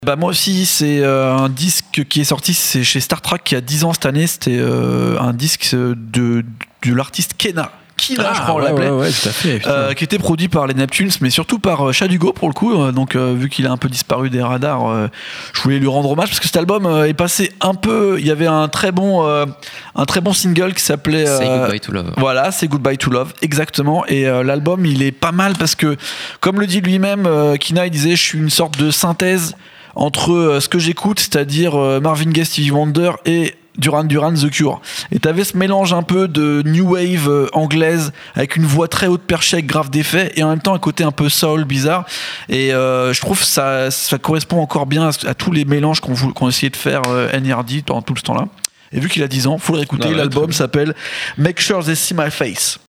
Bah moi aussi, c'est un disque qui est sorti, c'est chez Star Trek qui a 10 ans cette année. C'était un disque de l'artiste Kena, je crois on l'appelait, ouais, tout à fait, qui était produit par les Neptunes, mais surtout par Shad Hugo pour le coup. Donc vu qu'il a un peu disparu des radars, je voulais lui rendre hommage parce que cet album est passé un peu. Il y avait un très bon single qui s'appelait Say Goodbye to Love. Voilà, Say Goodbye to Love, exactement. Et l'album, il est pas mal parce que, comme le dit lui-même, Kina, il disait, je suis une sorte de synthèse entre ce que j'écoute, c'est-à-dire Marvin Gaye, Stevie Wonder et Duran Duran, The Cure. Et t'avais ce mélange un peu de new wave anglaise avec une voix très haute perchée avec grave d'effets et en même temps un côté un peu soul bizarre. Et je trouve que ça correspond encore bien à tous les mélanges qu'ont essayé de faire NERD pendant tout ce temps-là. Et vu qu'il a 10 ans, faut le réécouter. L'album s'appelle Make Sure They See My Face.